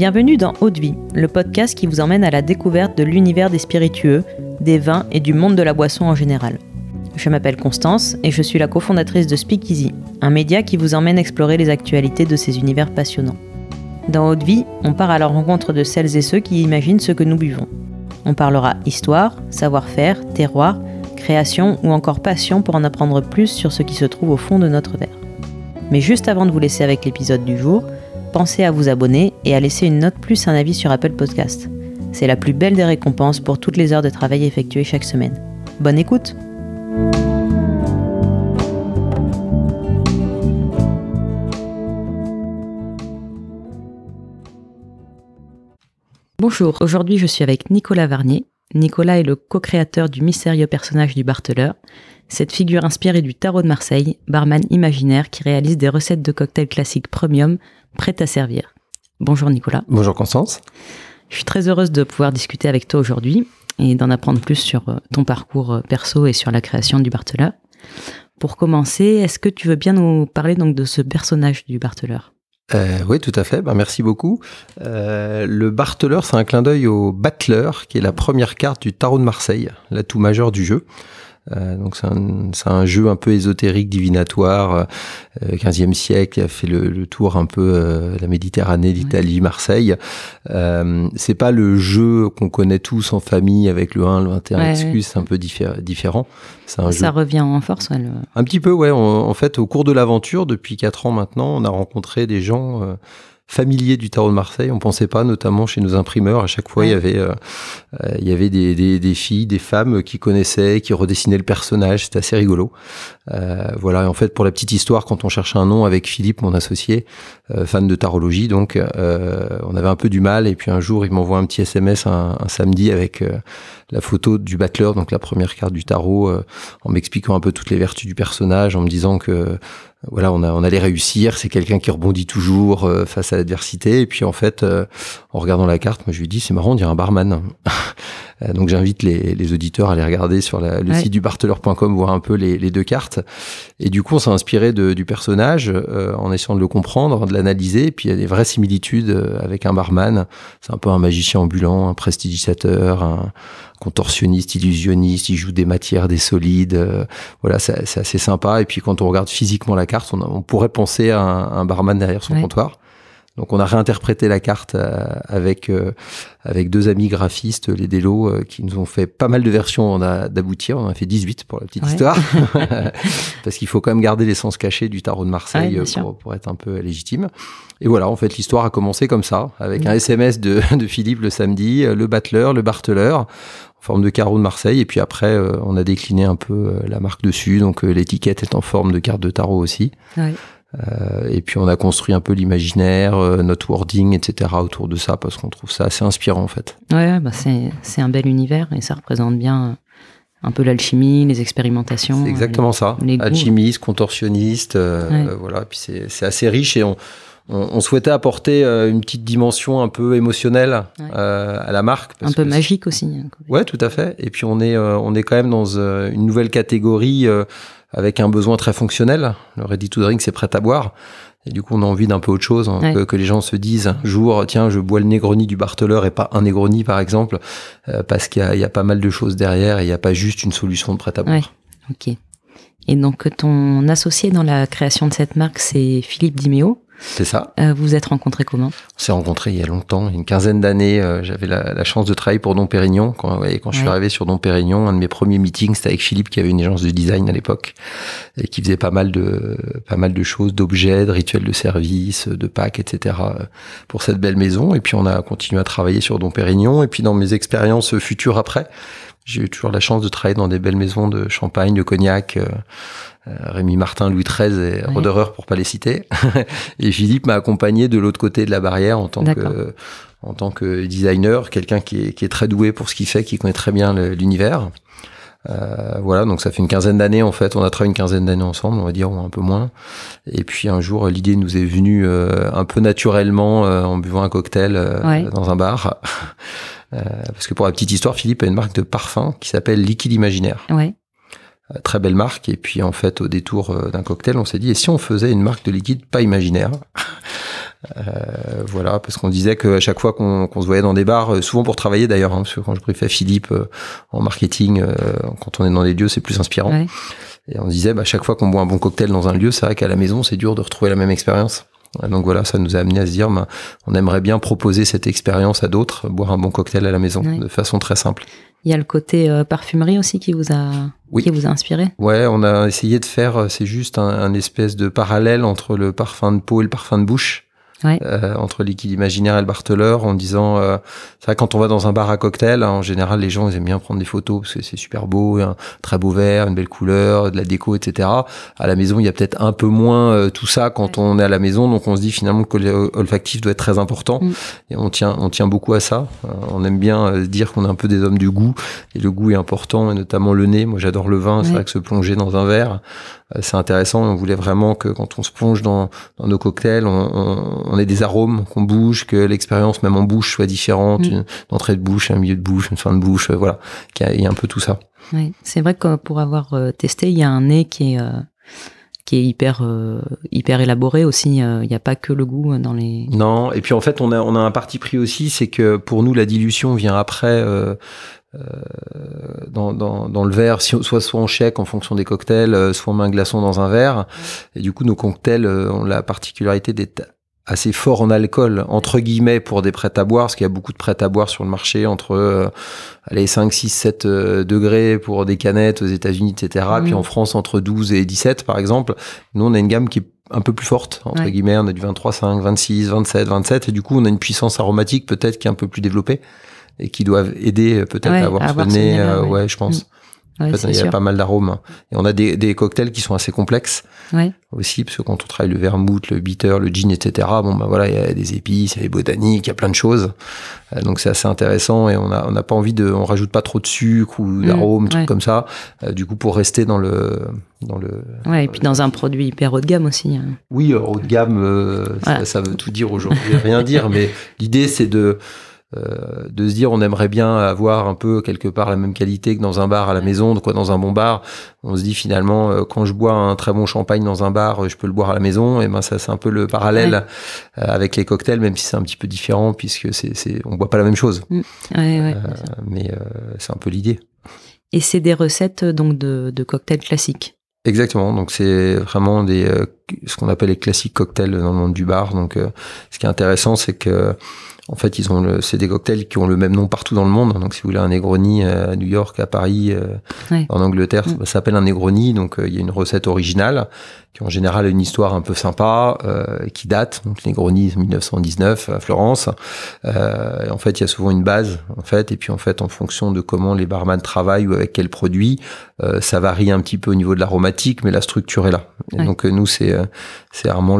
Bienvenue dans Eau de Vie, le podcast qui vous emmène à la découverte de l'univers des spiritueux, des vins et du monde de la boisson en général. Je m'appelle Constance et je suis la cofondatrice de Speakeasy, un média qui vous emmène explorer les actualités de ces univers passionnants. Dans Eau de Vie, on part à la rencontre de celles et ceux qui imaginent ce que nous buvons. On parlera histoire, savoir-faire, terroir, création ou encore passion pour en apprendre plus sur ce qui se trouve au fond de notre verre. Mais juste avant de vous laisser avec l'épisode du jour, pensez à vous abonner et à laisser une note plus un avis sur Apple Podcast. C'est la plus belle des récompenses pour toutes les heures de travail effectuées chaque semaine. Bonne écoute! Bonjour, aujourd'hui je suis avec Nicolas Varnier. Nicolas est le co-créateur du mystérieux personnage du Bartelleur, cette figure inspirée du tarot de Marseille, barman imaginaire qui réalise des recettes de cocktails classiques premium prêtes à servir. Bonjour Nicolas. Bonjour Constance. Je suis très heureuse de pouvoir discuter avec toi aujourd'hui et d'en apprendre plus sur ton parcours perso et sur la création du Bartelleur. Pour commencer, est-ce que tu veux bien nous parler donc de ce personnage du Bartelleur ? Oui, tout à fait. Merci beaucoup. Le Bartelleur, c'est un clin d'œil au Battleur, qui est la première carte du tarot de Marseille, l'atout majeur du jeu. Donc c'est un jeu un peu ésotérique, divinatoire, 15e siècle, qui a fait le tour un peu la Méditerranée, l'Italie, Marseille. C'est pas le jeu qu'on connaît tous en famille avec le 1, le 21 excuse, c'est un peu différent. C'est un jeu. Ça revient en force, ouais. Un petit peu, ouais. En fait, au cours de l'aventure, depuis 4 ans maintenant, on a rencontré des gens familiers du tarot de Marseille. On pensait pas, notamment chez nos imprimeurs. À chaque fois, il y avait des filles, des femmes qui connaissaient, qui redessinaient le personnage. C'était assez rigolo. Voilà. Et en fait, pour la petite histoire, quand on cherchait un nom avec Philippe, mon associé, fan de tarologie, donc, on avait un peu du mal. Et puis un jour, il m'envoie un petit SMS un samedi avec la photo du Battleur, donc la première carte du tarot, en m'expliquant un peu toutes les vertus du personnage, en me disant que voilà, on allait réussir, c'est quelqu'un qui rebondit toujours face à l'adversité. Et puis en fait, en regardant la carte, moi je lui dis, c'est marrant, on dirait un barman. Donc j'invite les auditeurs à aller regarder sur le site du bartelleur.com, voir un peu les deux cartes. Et du coup, on s'est inspiré du personnage en essayant de le comprendre, de l'analyser. Et puis il y a des vraies similitudes avec un barman. C'est un peu un magicien ambulant, un prestidigitateur, un contorsionniste, illusionniste, il joue des matières, des solides. Voilà, c'est assez sympa. Et puis quand on regarde physiquement la carte, on pourrait penser à un barman derrière son comptoir. Donc on a réinterprété la carte avec 2 amis graphistes, les Dello, qui nous ont fait pas mal de versions d'aboutir. On en a fait 18 pour la petite histoire. Parce qu'il faut quand même garder l'essence cachée du tarot de Marseille pour être un peu légitime. Et voilà, en fait, l'histoire a commencé comme ça, avec un SMS de Philippe le samedi, le Battleur, le Bartelleur, en forme de carreau de Marseille. Et puis après, on a décliné un peu la marque dessus. Donc l'étiquette est en forme de carte de tarot aussi. Ouais. Et puis on a construit un peu l'imaginaire, notre wording, etc. autour de ça, parce qu'on trouve ça assez inspirant en fait. Ouais, c'est un bel univers et ça représente bien un peu l'alchimie, les expérimentations. C'est exactement ça. Alchimiste, contorsionniste, voilà. Puis c'est assez riche et on souhaitait apporter une petite dimension un peu émotionnelle à la marque. Un peu magique aussi. Ouais, tout à fait. Et puis on est quand même dans une nouvelle catégorie avec un besoin très fonctionnel. Le ready to drink, c'est prêt à boire. Et du coup, on a envie d'un peu autre chose, que les gens se disent un jour, tiens, je bois le Negroni du Bartelleur et pas un Negroni, par exemple, parce qu'il y a pas mal de choses derrière et il n'y a pas juste une solution de prêt à boire. Ouais, ok. Et donc, ton associé dans la création de cette marque, c'est Philippe Diméo. C'est ça. Vous vous êtes rencontrés comment ? On s'est rencontrés il y a longtemps, une quinzaine d'années. J'avais la chance de travailler pour Dom Pérignon. Quand je suis arrivé sur Dom Pérignon, un de mes premiers meetings, c'était avec Philippe, qui avait une agence de design à l'époque et qui faisait pas mal de choses, d'objets, de rituels de service, de packs, etc. pour cette belle maison. Et puis on a continué à travailler sur Dom Pérignon. Et puis dans mes expériences futures après, j'ai eu toujours la chance de travailler dans des belles maisons de champagne, de cognac, Rémy Martin, Louis XIII et Roderer pour pas les citer. Et Philippe m'a accompagné de l'autre côté de la barrière en tant que designer, quelqu'un qui est très doué pour ce qu'il fait, qui connaît très bien l'univers. Voilà, donc ça fait une quinzaine d'années en fait. On a travaillé une quinzaine d'années ensemble, on va dire, ou un peu moins. Et puis un jour, l'idée nous est venue un peu naturellement en buvant un cocktail dans un bar. Parce que pour la petite histoire, Philippe a une marque de parfum qui s'appelle Liquide Imaginaire. Ouais. Très belle marque. Et puis en fait, au détour d'un cocktail, on s'est dit, et si on faisait une marque de liquide pas imaginaire ? Voilà, parce qu'on disait qu'à chaque fois qu'on se voyait dans des bars, souvent pour travailler d'ailleurs, parce que quand je briefais Philippe en marketing, quand on est dans des lieux, c'est plus inspirant. Ouais. Et on se disait, chaque fois qu'on boit un bon cocktail dans un lieu, c'est vrai qu'à la maison, c'est dur de retrouver la même expérience. Donc voilà, ça nous a amené à se dire, on aimerait bien proposer cette expérience à d'autres, boire un bon cocktail à la maison, de façon très simple. Il y a le côté parfumerie aussi qui vous a inspiré. Ouais, on a essayé de faire, c'est juste un espèce de parallèle entre le parfum de peau et le parfum de bouche. Ouais. Entre Liquide Imaginaire et le Bartheleur, en disant c'est vrai, quand on va dans un bar à cocktail, en général les gens ils aiment bien prendre des photos parce que c'est super beau, un très beau verre, une belle couleur, de la déco, etc. À la maison il y a peut-être un peu moins tout ça quand on est à la maison, donc on se dit finalement que l'olfactif doit être très important et on tient beaucoup à ça. On aime bien dire qu'on est un peu des hommes du goût et le goût est important, et notamment le nez. Moi j'adore le vin, c'est vrai que se plonger dans un verre c'est intéressant. On voulait vraiment que quand on se plonge dans nos cocktails, on ait des arômes, qu'on bouge, que l'expérience même en bouche soit différente, une entrée de bouche, un milieu de bouche, une fin de bouche, voilà, qu'il y a un peu tout ça. Oui, c'est vrai que pour avoir testé, il y a un nez qui est hyper élaboré aussi. Il n'y a pas que le goût dans les... Non, et puis en fait, on a un parti pris aussi, c'est que pour nous, la dilution vient après... dans le verre, soit en chèque en fonction des cocktails, soit on met un glaçon dans un verre. Et du coup, nos cocktails ont la particularité d'être assez forts en alcool, entre guillemets, pour des prêts à boire, parce qu'il y a beaucoup de prêts à boire sur le marché, entre 5, 6, 7 degrés pour des canettes aux États-Unis, etc. Puis en France, entre 12 et 17, par exemple. Nous, on a une gamme qui est un peu plus forte, entre guillemets. On a du 23,5, 26, 27, 27. Et du coup, on a une puissance aromatique peut-être qui est un peu plus développée et qui doivent aider peut-être à avoir ce nez, je pense. En fait, il y a pas mal d'arômes. Et on a des cocktails qui sont assez complexes aussi, parce que quand on travaille le vermouth, le bitter, le gin, etc., il y a des épices, il y a des botaniques, il y a plein de choses. Donc c'est assez intéressant, et on n'a pas envie on rajoute pas trop de sucre ou d'arômes, trucs comme ça. Du coup, pour rester dans le... et puis dans un produit hyper haut de gamme aussi. Oui, haut de gamme, ça veut tout dire aujourd'hui, rien dire, mais l'idée c'est de se dire on aimerait bien avoir un peu quelque part la même qualité que dans un bar à la maison, dans un bon bar. On se dit finalement quand je bois un très bon champagne dans un bar, je peux le boire à la maison, et ça c'est un peu le parallèle avec les cocktails, même si c'est un petit peu différent puisque on boit pas la même chose. Mais c'est un peu l'idée. Et c'est des recettes donc de cocktails classiques. Exactement, donc c'est vraiment ce qu'on appelle les classiques cocktails dans le monde du bar. Donc ce qui est intéressant, c'est que en fait, c'est des cocktails qui ont le même nom partout dans le monde. Donc, si vous voulez un Negroni à New York, à Paris, en Angleterre, ça s'appelle un Negroni. Donc, il y a une recette originale qui, en général, a une histoire un peu sympa, qui date. Donc, Negroni, 1919, à Florence. En fait, il y a souvent une base, en fait. Et puis, en fait, en fonction de comment les barman travaillent ou avec quel produit, ça varie un petit peu au niveau de l'aromatique, mais la structure est là. Et donc, nous, c'est vraiment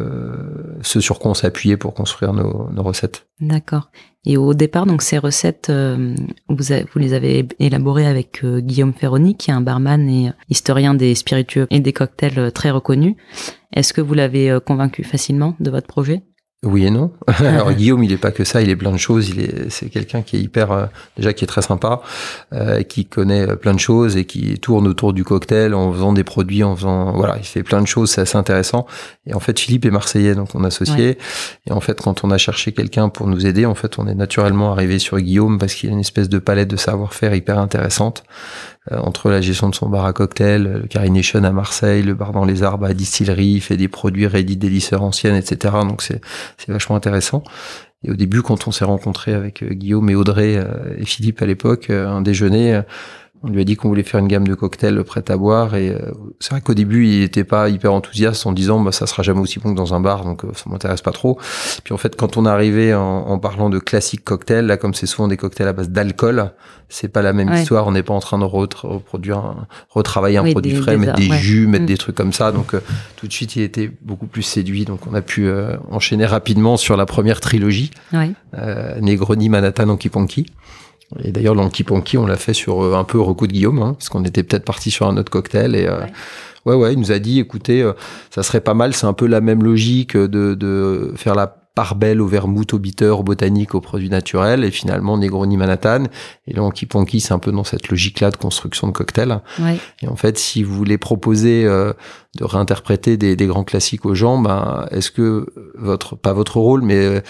ce sur quoi on s'est appuyé pour construire nos recettes. D'accord. Et au départ, donc ces recettes, vous les avez élaborées avec Guillaume Ferroni, qui est un barman et historien des spiritueux et des cocktails très reconnu. Est-ce que vous l'avez convaincu facilement de votre projet ? Oui et non. Alors Guillaume, il est pas que ça, il est plein de choses. C'est quelqu'un qui est hyper, déjà qui est très sympa, qui connaît plein de choses et qui tourne autour du cocktail en faisant des produits, il fait plein de choses, c'est assez intéressant. Et en fait, Philippe est marseillais, donc on est associé. Et en fait, quand on a cherché quelqu'un pour nous aider, en fait, on est naturellement arrivé sur Guillaume parce qu'il a une espèce de palette de savoir-faire hyper intéressante. Entre la gestion de son bar à cocktail, le Carination à Marseille, le bar dans les arbres à distillerie, il fait des produits ready délisseurs anciennes, etc. Donc c'est vachement intéressant. Et au début, quand on s'est rencontrés avec Guillaume et Audrey et Philippe à l'époque, un déjeuner, on lui a dit qu'on voulait faire une gamme de cocktails prêts à boire, et c'est vrai qu'au début il était pas hyper enthousiaste en disant ça sera jamais aussi bon que dans un bar, donc ça m'intéresse pas trop. Puis en fait, quand on est arrivé en parlant de classiques cocktails, là, comme c'est souvent des cocktails à base d'alcool, c'est pas la même histoire. On n'est pas en train de retravailler un produit frais, mettre des jus, mettre des trucs comme ça. Donc tout de suite il était beaucoup plus séduit, donc on a pu enchaîner rapidement sur la première trilogie, Negroni, Manhattan, Hanky Panky. Et d'ailleurs, l'Hanky Panky, on l'a fait sur un peu reco de Guillaume, parce qu'on était peut-être parti sur un autre cocktail. Et il nous a dit, écoutez, ça serait pas mal, c'est un peu la même logique de faire part belle au vermouth, au bitter, au botanique, aux produits naturels, et finalement Negroni Manhattan. Et le Hanky Panky, c'est un peu dans cette logique-là de construction de cocktails. Ouais. Et en fait, si vous voulez proposer de réinterpréter des grands classiques aux gens, ben, est-ce que pas votre rôle, mais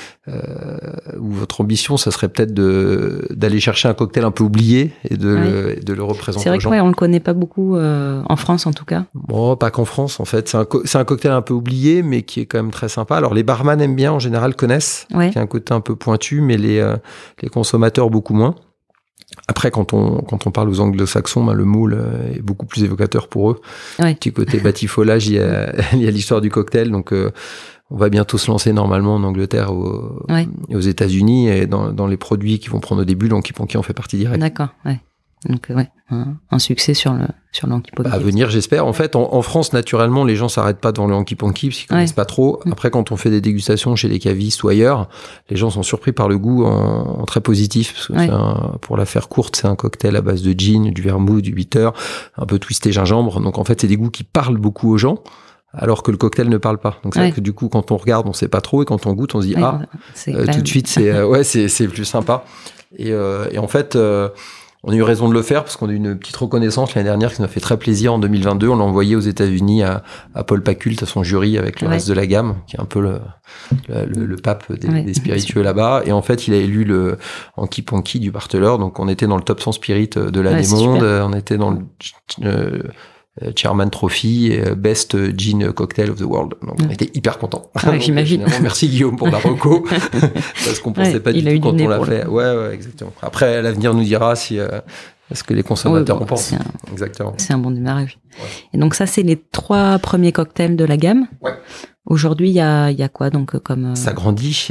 ou votre ambition, ça serait peut-être d'aller chercher un cocktail un peu oublié et de le représenter aux gens. C'est vrai qu'on le connaît pas beaucoup en France en tout cas. Bon, pas qu'en France en fait. C'est un cocktail un peu oublié, mais qui est quand même très sympa. Alors les barman aiment bien, en général connaissent, qui a un côté un peu pointu, mais les consommateurs beaucoup moins. Après, quand on parle aux anglo-saxons, ben, le mot est beaucoup plus évocateur pour eux. Ouais. Petit côté batifolage, il y a l'histoire du cocktail, donc on va bientôt se lancer normalement en Angleterre et aux États-Unis, et dans les produits qui vont prendre au début, le Hanky Panky en fait partie directe. D'accord, ouais. Donc un succès sur le Hanky Panky. À venir, j'espère. En fait, en France, naturellement, les gens s'arrêtent pas devant le Hanky Panky parce qu'ils connaissent pas trop. Après, quand on fait des dégustations chez les cavistes ou ailleurs, les gens sont surpris par le goût en très positif. Parce que pour la faire courte, c'est un cocktail à base de gin, du vermouth, du bitter, un peu twisté gingembre. Donc en fait, c'est des goûts qui parlent beaucoup aux gens, alors que le cocktail ne parle pas. Donc c'est vrai que du coup, quand on regarde, on sait pas trop, et quand on goûte, on se dit tout de suite, c'est plus sympa. Et en fait. On a eu raison de le faire parce qu'on a eu une petite reconnaissance l'année dernière qui nous a fait très plaisir en 2022. On l'a envoyé aux États-Unis à Paul Pacult, à son jury, avec le reste de la gamme, qui est un peu le pape des spiritueux là-bas. Et en fait, il a élu le Hanky Panky du Bartelleur. Donc, on était dans le top 100 spirit de l'année monde. On était dans le Chairman Trophy, Best Gin Cocktail of the World. Donc, on était hyper contents. J'imagine. Merci Guillaume pour la reco. Parce qu'on pensait pas du tout quand on l'a fait. Ouais, exactement. Après, l'avenir nous dira si, ce que les consommateurs en pensent. Exactement. C'est un bon démarrage. Ouais. Et donc, ça, c'est les 3 premiers cocktails de la gamme. Ouais. Aujourd'hui, il y a quoi, donc, comme... Ça grandit.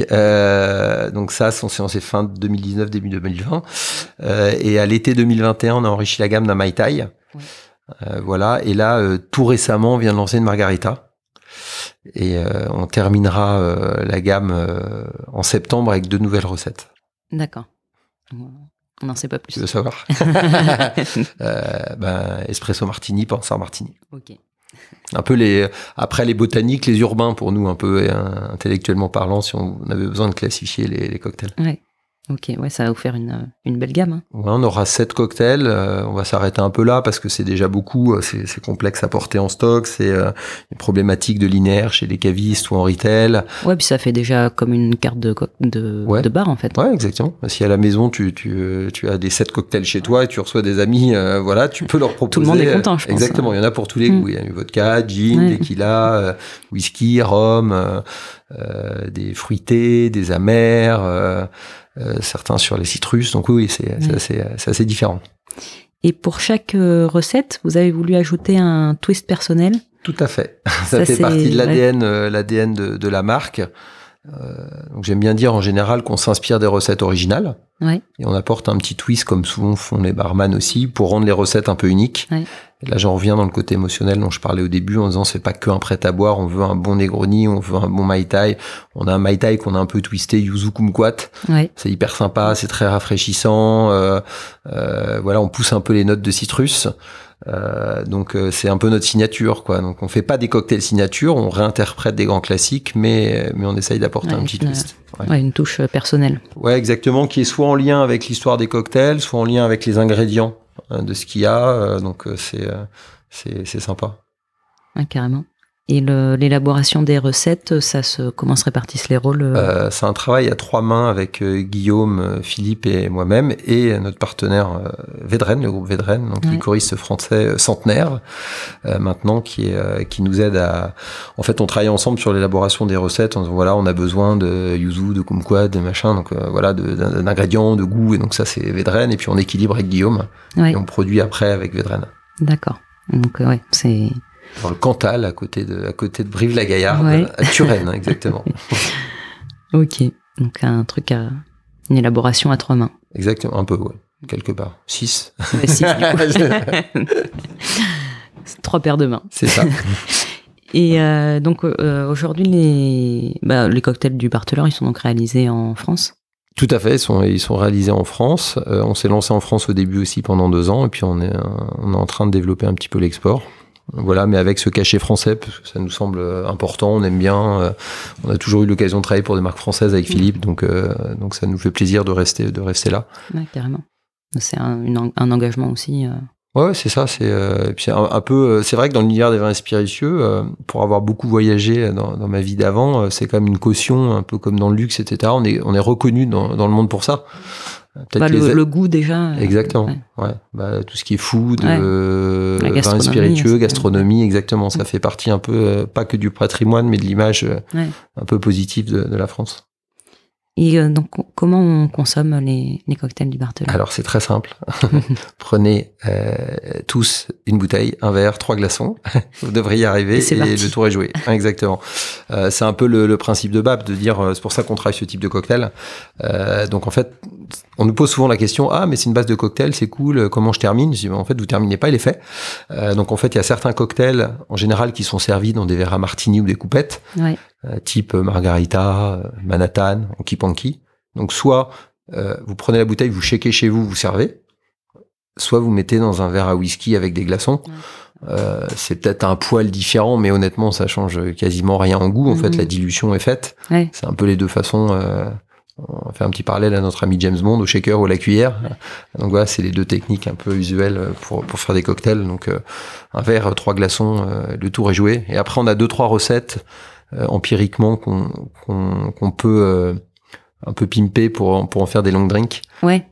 Donc ça, c'est fin 2019, début 2020. Et à l'été 2021, on a enrichi la gamme d'un Mai Tai. Ouais. Voilà, et là, tout récemment, on vient de lancer une Margarita. Et on terminera la gamme en septembre avec 2 nouvelles recettes. D'accord. On n'en sait pas plus. Tu veux savoir? Espresso martini, Panzer martini. Ok. Un peu après les botaniques, les urbains pour nous, un peu intellectuellement parlant, si on avait besoin de classifier les cocktails. Ouais. Ok, ça va vous faire une belle gamme. Hein. Ouais, on aura 7 cocktails. On va s'arrêter un peu là parce que c'est déjà beaucoup. C'est complexe à porter en stock. C'est une problématique de linéaire chez les cavistes ou en retail. Ouais, puis ça fait déjà comme une carte de bar en fait. Ouais, exactement. Si à la maison tu as des 7 cocktails chez toi et tu reçois des amis, tu peux leur proposer. Tout le monde est content, je pense. Exactement. Il y en a pour tous les goûts. Il y a du vodka, gin, tequila, whisky, rhum, des fruités, des amers. Certains sur les citrus, donc oui, c'est assez différent. Et pour chaque recette, vous avez voulu ajouter un twist personnel? Tout à fait. Ça fait partie de l'ADN de la marque. Donc j'aime bien dire en général qu'on s'inspire des recettes originales et on apporte un petit twist comme souvent font les barman aussi pour rendre les recettes un peu uniques. Et là j'en reviens dans le côté émotionnel dont je parlais au début en disant c'est pas que un prêt à boire, on veut un bon Negroni, on veut un bon Mai Tai. On a un Mai Tai qu'on a un peu twisté yuzu kumquat. C'est hyper sympa, c'est très rafraîchissant. On pousse un peu les notes de citrus. Donc c'est un peu notre signature, quoi. Donc on fait pas des cocktails signature, on réinterprète des grands classiques, mais on essaye d'apporter un petit twist. Une touche personnelle. Ouais, exactement, qui est soit en lien avec l'histoire des cocktails, soit en lien avec les ingrédients de ce qu'il y a. Donc c'est sympa. Ouais, carrément. Et l'élaboration des recettes, comment se répartissent les rôles C'est un travail à 3 mains avec Guillaume, Philippe et moi-même, et notre partenaire Vedren, le groupe Vedren, donc liquoriste français centenaire, maintenant, qui nous aide à... En fait, on travaille ensemble sur l'élaboration des recettes, en disant, voilà, on a besoin de yuzu, de kumquat, de machin, donc d'ingrédients, de goût, et donc ça, c'est Vedren, et puis on équilibre avec Guillaume, et on produit après avec Vedren. D'accord. Donc, c'est... Dans le Cantal, à côté de Brive-la-Gaillarde, à Turenne, exactement. Ok, donc une élaboration à 3 mains. Exactement, un peu, quelque part. 6. 6, du coup. 3 paires de mains. C'est ça. Et donc, aujourd'hui, les cocktails du Bartelleur, ils sont donc réalisés en France? Tout à fait, ils sont réalisés en France. On s'est lancé en France au début aussi pendant 2 ans, et puis on est en train de développer un petit peu l'export. Voilà, mais avec ce cachet français, parce que ça nous semble important, on aime bien. On a toujours eu l'occasion de travailler pour des marques françaises avec Philippe, donc ça nous fait plaisir de rester là. Ouais, carrément. C'est un engagement aussi. Ouais, c'est ça. C'est un peu. C'est vrai que dans l'univers des vins et spiritueux, pour avoir beaucoup voyagé dans ma vie d'avant, c'est quand même une caution, un peu comme dans le luxe, etc. On est reconnu dans le monde pour ça. Le goût déjà. Exactement. Ouais. Tout ce qui est food, vins et spiritueux, gastronomie, exactement. Ça fait partie un peu, pas que du patrimoine, mais de l'image un peu positive de la France. Et donc, comment on consomme les cocktails du Bartheleur ? Alors, c'est très simple. Prenez tous une bouteille, un verre, 3 glaçons. Vous devriez y arriver et le tour est joué. Exactement. C'est un peu le principe de BAP, de dire, c'est pour ça qu'on travaille ce type de cocktail. Donc, en fait, on nous pose souvent la question, mais c'est une base de cocktail, c'est cool, comment je termine ? Je dis, en fait, vous terminez pas, il est fait. Donc, en fait, il y a certains cocktails, en général, qui sont servis dans des verres à martini ou des coupettes. Ouais. Type Margarita, Manhattan, Hanky Panky. Donc soit vous prenez la bouteille, vous shakez chez vous, vous servez, soit vous mettez dans un verre à whisky avec des glaçons. C'est peut-être un poil différent, mais honnêtement, ça change quasiment rien en goût. En fait, la dilution est faite. Ouais. C'est un peu les deux façons. On fait un petit parallèle à notre ami James Bond, au shaker ou à la cuillère. Donc voilà, c'est les deux techniques un peu usuelles pour faire des cocktails. Donc un verre, 3 glaçons, le tour est joué. Et après, on a 2-3 recettes empiriquement qu'on peut un peu pimper pour en faire des long drinks. Ouais.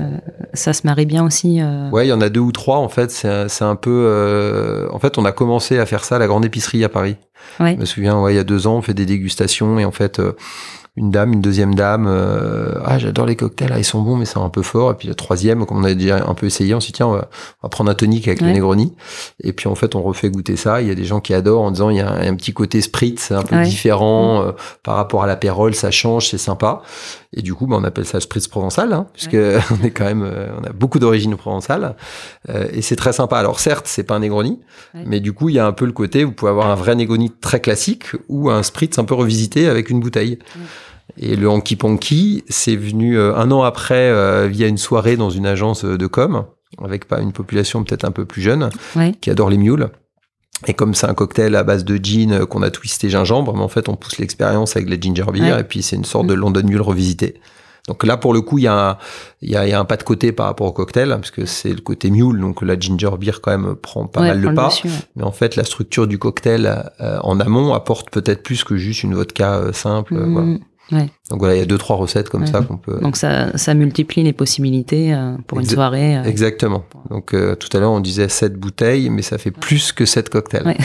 Ça se marie bien aussi. Ouais, il y en a 2 ou 3 en fait. C'est un peu. En fait, on a commencé à faire ça à la grande épicerie à Paris. Ouais. Je me souviens, il y a 2 ans, on fait des dégustations et en fait. Une deuxième dame, j'adore les cocktails, ils sont bons, mais c'est un peu fort. Et puis la troisième, comme on a déjà un peu essayé, on s'est dit, tiens, on va prendre un tonic avec le Negroni. Et puis en fait, on refait goûter ça. Il y a des gens qui adorent en disant, il y a un petit côté spritz, un peu différent par rapport à l'apérole, ça change, c'est sympa. Et du coup, on appelle ça spritz provençal, puisque on est quand même, on a beaucoup d'origine provençale. Et c'est très sympa. Alors certes, c'est pas un Negroni, mais du coup, il y a un peu le côté, vous pouvez avoir un vrai Negroni très classique ou un spritz un peu revisité avec une bouteille. Et le Hanky Panky, c'est venu 1 an après via une soirée dans une agence de com, avec une population peut-être un peu plus jeune, qui adore les mules. Et comme c'est un cocktail à base de gin qu'on a twisté gingembre, mais en fait on pousse l'expérience avec la ginger beer, et puis c'est une sorte de London Mule revisité. Donc là, pour le coup, il y a un pas de côté par rapport au cocktail, parce que c'est le côté mule, donc la ginger beer quand même prend pas mal le pas. Dessus, mais en fait, la structure du cocktail en amont apporte peut-être plus que juste une vodka simple. Voilà. Ouais. Donc voilà, il y a 2-3 recettes comme ça qu'on peut. Donc ça multiplie les possibilités pour une soirée. Exactement. Donc tout à l'heure on disait 7 bouteilles, mais ça fait plus que 7 cocktails. Ouais.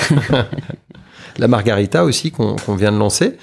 La Margarita aussi qu'on vient de lancer.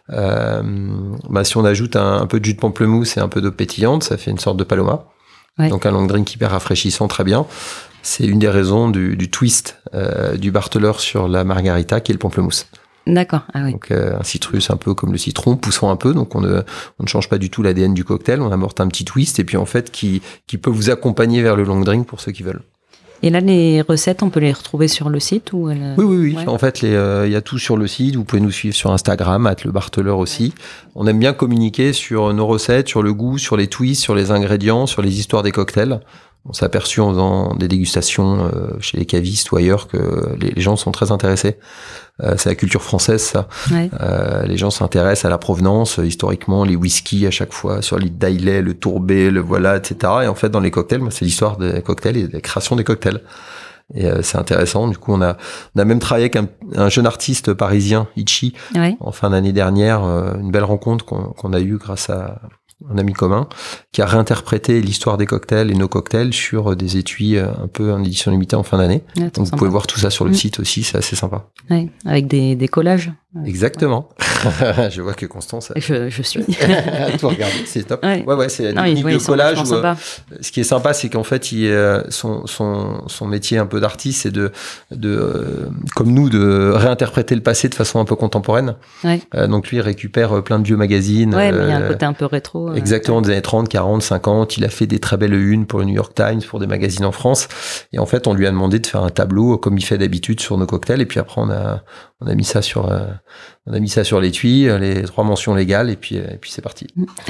Si on ajoute un peu de jus de pamplemousse et un peu d'eau pétillante, ça fait une sorte de paloma. Ouais. Donc un long drink hyper rafraîchissant, très bien. C'est une des raisons du twist du Bartheleur sur la Margarita, qui est le pamplemousse. D'accord. Ah oui. Donc un citrus un peu comme le citron, poussant un peu, donc on ne change pas du tout l'ADN du cocktail, on apporte un petit twist et puis en fait qui peut vous accompagner vers le long drink pour ceux qui veulent. Et là, les recettes, on peut les retrouver sur le site ou Oui. Ouais. En fait, il y a tout sur le site. Vous pouvez nous suivre sur Instagram, @lebartheleur aussi. On aime bien communiquer sur nos recettes, sur le goût, sur les twists, sur les ingrédients, sur les histoires des cocktails. On s'est aperçu en faisant des dégustations chez les cavistes ou ailleurs que les gens sont très intéressés. C'est la culture française, ça. Ouais. Les gens s'intéressent à la provenance, historiquement, les whiskies à chaque fois, sur l'île d'Islay, le Tourbet, le voilà, etc. Et en fait, dans les cocktails, c'est l'histoire des cocktails et de la création des cocktails. Et c'est intéressant. Du coup, on a même travaillé avec un jeune artiste parisien, Itchy, en fin d'année dernière. Une belle rencontre qu'on a eue grâce à un ami commun, qui a réinterprété l'histoire des cocktails et nos cocktails sur des étuis un peu en édition limitée en fin d'année. Ouais, donc vous pouvez voir tout ça sur le site aussi, c'est assez sympa. Ouais, avec des collages. Exactement. Ouais. Je vois que Constance... Je suis. Tout regarder, c'est top. Ouais, c'est la technique de collage. Ce qui est sympa, c'est qu'en fait, son métier un peu d'artiste, c'est de comme nous, de réinterpréter le passé de façon un peu contemporaine. Ouais. Donc lui, il récupère plein de vieux magazines. Ouais, mais il y a un côté un peu rétro. Exactement, des années 30, 40, 50. Il a fait des très belles unes pour le New York Times, pour des magazines en France. Et en fait, on lui a demandé de faire un tableau comme il fait d'habitude sur nos cocktails. Et puis après, on a mis ça sur l'étui, les 3 mentions légales, et puis c'est parti.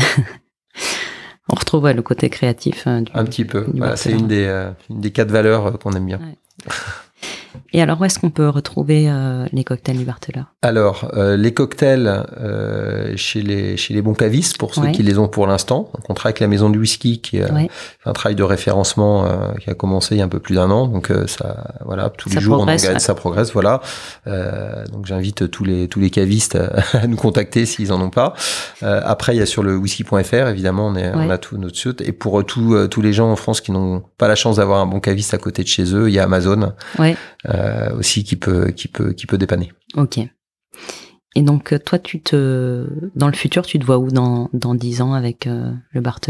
On retrouve le côté créatif. Un petit peu. Voilà, c'est une des 4 valeurs qu'on aime bien. Ouais. Et alors, où est-ce qu'on peut retrouver les cocktails du Bartheleur ? Alors, les cocktails chez les bons cavistes, pour ceux qui les ont pour l'instant. Donc, on travaille avec la Maison du Whisky, qui fait un travail de référencement qui a commencé il y a un peu plus d'1 an. Donc, ça, voilà, tous les jours, ça progresse, voilà. Donc, j'invite tous les cavistes à nous contacter s'ils en ont pas. Après, il y a sur le whisky.fr, évidemment, on a tout notre site. Et pour tous les gens en France qui n'ont pas la chance d'avoir un bon caviste à côté de chez eux, il y a Amazon. Aussi qui peut dépanner. Ok. Et donc toi, dans le futur, tu te vois où dans 10 ans avec le Bartheleur ?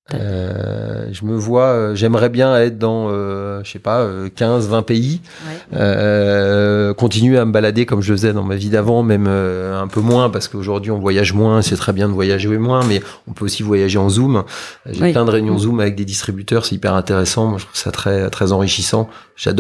Je me vois, j'aimerais bien être dans, 15-20 pays, continuer à me balader comme je le faisais dans ma vie d'avant, même un peu moins, parce qu'aujourd'hui on voyage moins, c'est très bien de voyager moins, mais on peut aussi voyager en Zoom. J'ai plein de réunions Zoom avec des distributeurs, c'est hyper intéressant, moi je trouve ça très, très enrichissant.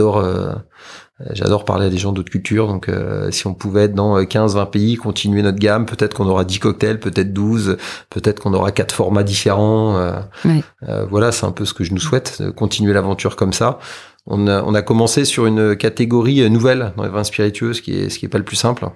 J'adore parler à des gens d'autres cultures, donc si on pouvait être dans 15-20 pays, continuer notre gamme, peut-être qu'on aura 10 cocktails, peut-être 12, peut-être qu'on aura 4 formats différents. Voilà, c'est un peu ce que je nous souhaite, continuer l'aventure comme ça. On a commencé sur une catégorie nouvelle dans les vins spiritueux, ce qui est pas le plus simple.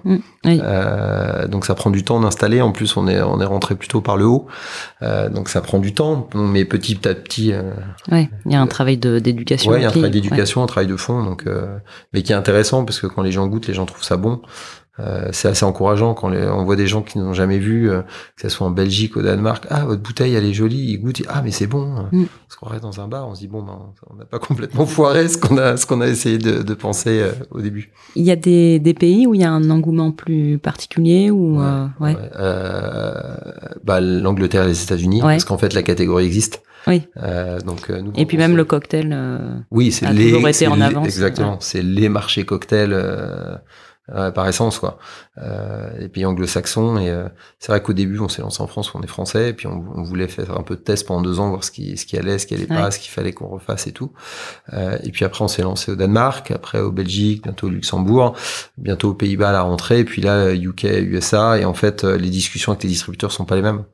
Donc ça prend du temps d'installer. En plus, on est rentré plutôt par le haut, donc ça prend du temps. Mais petit à petit. Il y a un travail d'éducation. Ouais, il y a un travail d'éducation, un travail de fond, donc mais qui est intéressant parce que quand les gens goûtent, les gens trouvent ça bon. C'est assez encourageant quand on voit des gens qui n'ont jamais vu, que ce soit en Belgique, au Danemark, votre bouteille elle est jolie, ils goûtent, mais c'est bon. Parce qu'on reste dans un bar, on se dit on n'a pas complètement foiré ce qu'on a essayé de penser au début. Il y a des pays où il y a un engouement plus particulier ou l'Angleterre et les États-Unis, parce qu'en fait la catégorie existe. Donc nous, et puis même le cocktail. C'est a toujours été en avance. Exactement, c'est les marchés cocktails. Par essence, quoi. Et puis anglo-saxon, et c'est vrai qu'au début on s'est lancé en France, on est français, et puis on voulait faire un peu de test pendant 2 ans, voir ce qui allait, ce qui allait pas, ce qu'il fallait qu'on refasse et tout. Et puis après on s'est lancé au Danemark, après au Belgique, bientôt au Luxembourg, bientôt aux Pays-Bas à la rentrée, et puis là UK, USA, et en fait les discussions avec les distributeurs sont pas les mêmes.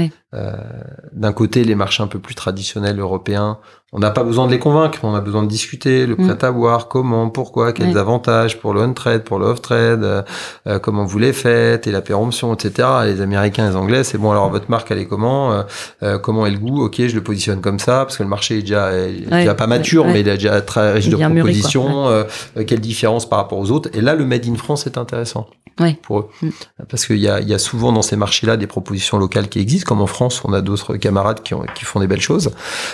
D'un côté, les marchés un peu plus traditionnels européens, on n'a pas besoin de les convaincre, on a besoin de discuter, le prêt à boire, comment, pourquoi, quels avantages pour le on-trade, pour le off-trade, comment vous les faites, et la péremption, etc. Les Américains, les Anglais, c'est bon, alors votre marque, elle est comment est le goût, ok, je le positionne comme ça, parce que le marché est déjà pas mature, mais il est déjà très riche de propositions, quelle différence par rapport aux autres, et là, le Made in France est intéressant. Pour eux. Parce qu'il y a souvent dans ces marchés-là des propositions locales qui existent, comme en France, on a d'autres camarades qui font des belles choses.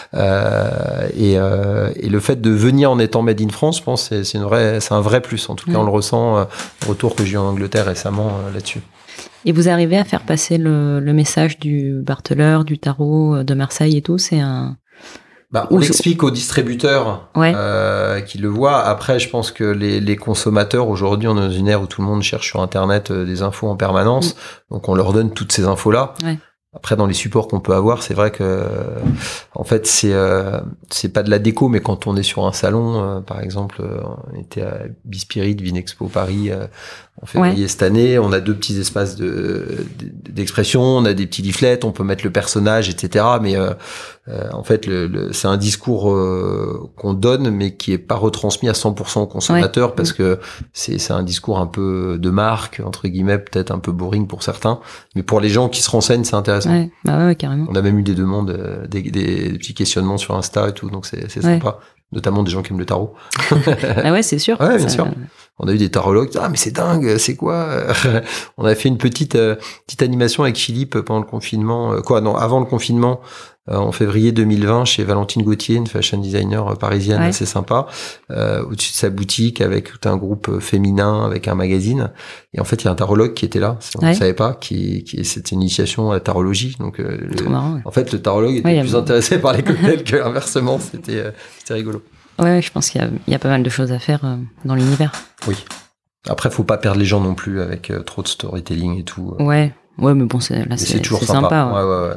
Et le fait de venir en étant Made in France, je pense, c'est un vrai plus. En tout cas, on le ressent, le retour que j'ai eu en Angleterre récemment là-dessus. Et vous arrivez à faire passer le message du Bartheleur, du Tarot, de Marseille et tout, c'est un... on l'explique aux distributeurs qui le voient. Après, je pense que les consommateurs, aujourd'hui, on est dans une ère où tout le monde cherche sur Internet des infos en permanence. Donc, on leur donne toutes ces infos-là. Après, dans les supports qu'on peut avoir, c'est vrai que, en fait, c'est pas de la déco, mais quand on est sur un salon, par exemple, on était à Bispirit, Vinexpo Paris, en février cette année, on a 2 petits espaces d'expression, on a des petits leaflets, on peut mettre le personnage, etc. Mais en fait, c'est un discours qu'on donne, mais qui est pas retransmis à 100% au consommateur, parce que c'est un discours un peu de marque, entre guillemets, peut-être un peu boring pour certains, mais pour les gens qui se renseignent, c'est intéressant. Carrément. On a même eu des demandes, des petits questionnements sur Insta et tout, donc c'est sympa. Notamment des gens qui aiment le tarot. C'est sûr. Ouais, bien sûr. On a eu des tarologues, mais c'est dingue, c'est quoi? On a fait une petite animation avec Philippe pendant le confinement, avant le confinement, en février 2020, chez Valentine Gauthier, une fashion designer parisienne assez sympa, au-dessus de sa boutique, avec tout un groupe féminin, avec un magazine. Et en fait, il y a un tarologue qui était là, on ne savait pas, c'était une initiation à la tarologie. Donc, en fait, le tarologue était plus intéressé par les cocktails que inversement. C'était rigolo. Ouais, je pense qu'il y a pas mal de choses à faire dans l'univers. Oui. Après, faut pas perdre les gens non plus avec trop de storytelling et tout. Ouais, mais bon, c'est toujours sympa. Ouais.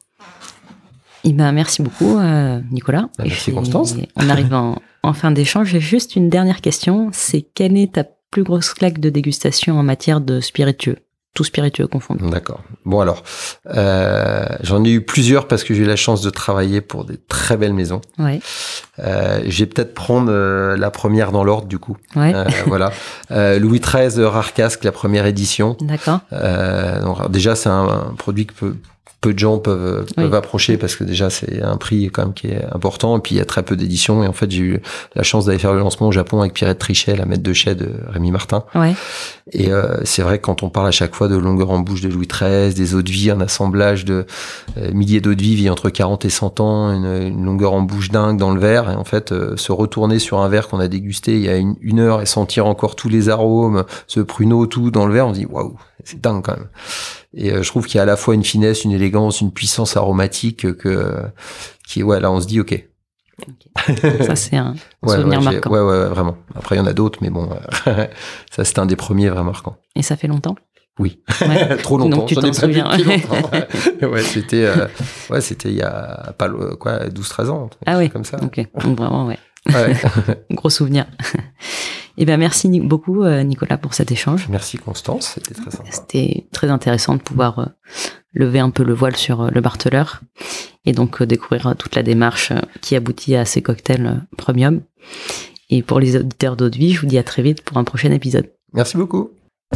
Et merci beaucoup, Nicolas. Merci, Constance. On arrive en fin d'échange. J'ai juste une dernière question. C'est quelle est ta plus grosse claque de dégustation en matière de spiritueux? Tout spiritueux confondu. D'accord. Bon alors, j'en ai eu plusieurs parce que j'ai eu la chance de travailler pour des très belles maisons. Je vais peut-être prendre la première dans l'ordre du coup. Ouais. Voilà. Louis XIII Rare Cask, la première édition. D'accord. Donc, déjà, c'est un produit que peu de gens peuvent approcher parce que déjà c'est un prix quand même qui est important et puis il y a très peu d'éditions et en fait j'ai eu la chance d'aller faire le lancement au Japon avec Pierrette Trichet, la maître de chai de Rémi Martin. Ouais. Et c'est vrai que quand on parle à chaque fois de longueur en bouche de Louis XIII, des eaux de vie, un assemblage de milliers d'eaux de vie vit entre 40 et 100 ans, une longueur en bouche dingue dans le verre et en fait se retourner sur un verre qu'on a dégusté il y a une heure et sentir encore tous les arômes, ce pruneau, tout dans le verre, on se dit waouh, c'est dingue quand même. Et je trouve qu'il y a à la fois une finesse, une élégance, une puissance aromatique qui là on se dit ok. Ça c'est un souvenir marquant. Ouais, vraiment. Après il y en a d'autres, mais bon, ça c'était un des premiers vraiment marquants. Et ça fait longtemps? Oui, trop longtemps. Donc tu t'en souviens. C'était il y a pas 12-13 ans. Ah oui, comme ça. Ok, donc vraiment ouais. Gros souvenir. Eh bien, merci beaucoup, Nicolas, pour cet échange. Merci, Constance. C'était très sympa. C'était très intéressant de pouvoir lever un peu le voile sur le barteleur et donc découvrir toute la démarche qui aboutit à ces cocktails premium. Et pour les auditeurs d'Eau de Vie, je vous dis à très vite pour un prochain épisode. Merci beaucoup.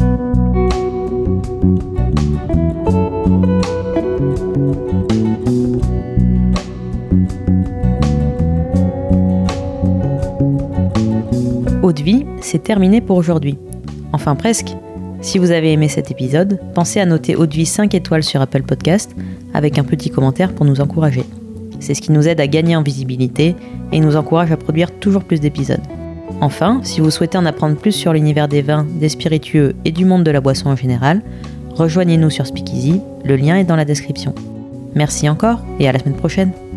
Eau de Vie, c'est terminé pour aujourd'hui. Enfin presque. Si vous avez aimé cet épisode, pensez à noter Eau de Vie 5 étoiles sur Apple Podcast avec un petit commentaire pour nous encourager. C'est ce qui nous aide à gagner en visibilité et nous encourage à produire toujours plus d'épisodes. Enfin, si vous souhaitez en apprendre plus sur l'univers des vins, des spiritueux et du monde de la boisson en général, rejoignez-nous sur Speakeasy, le lien est dans la description. Merci encore et à la semaine prochaine.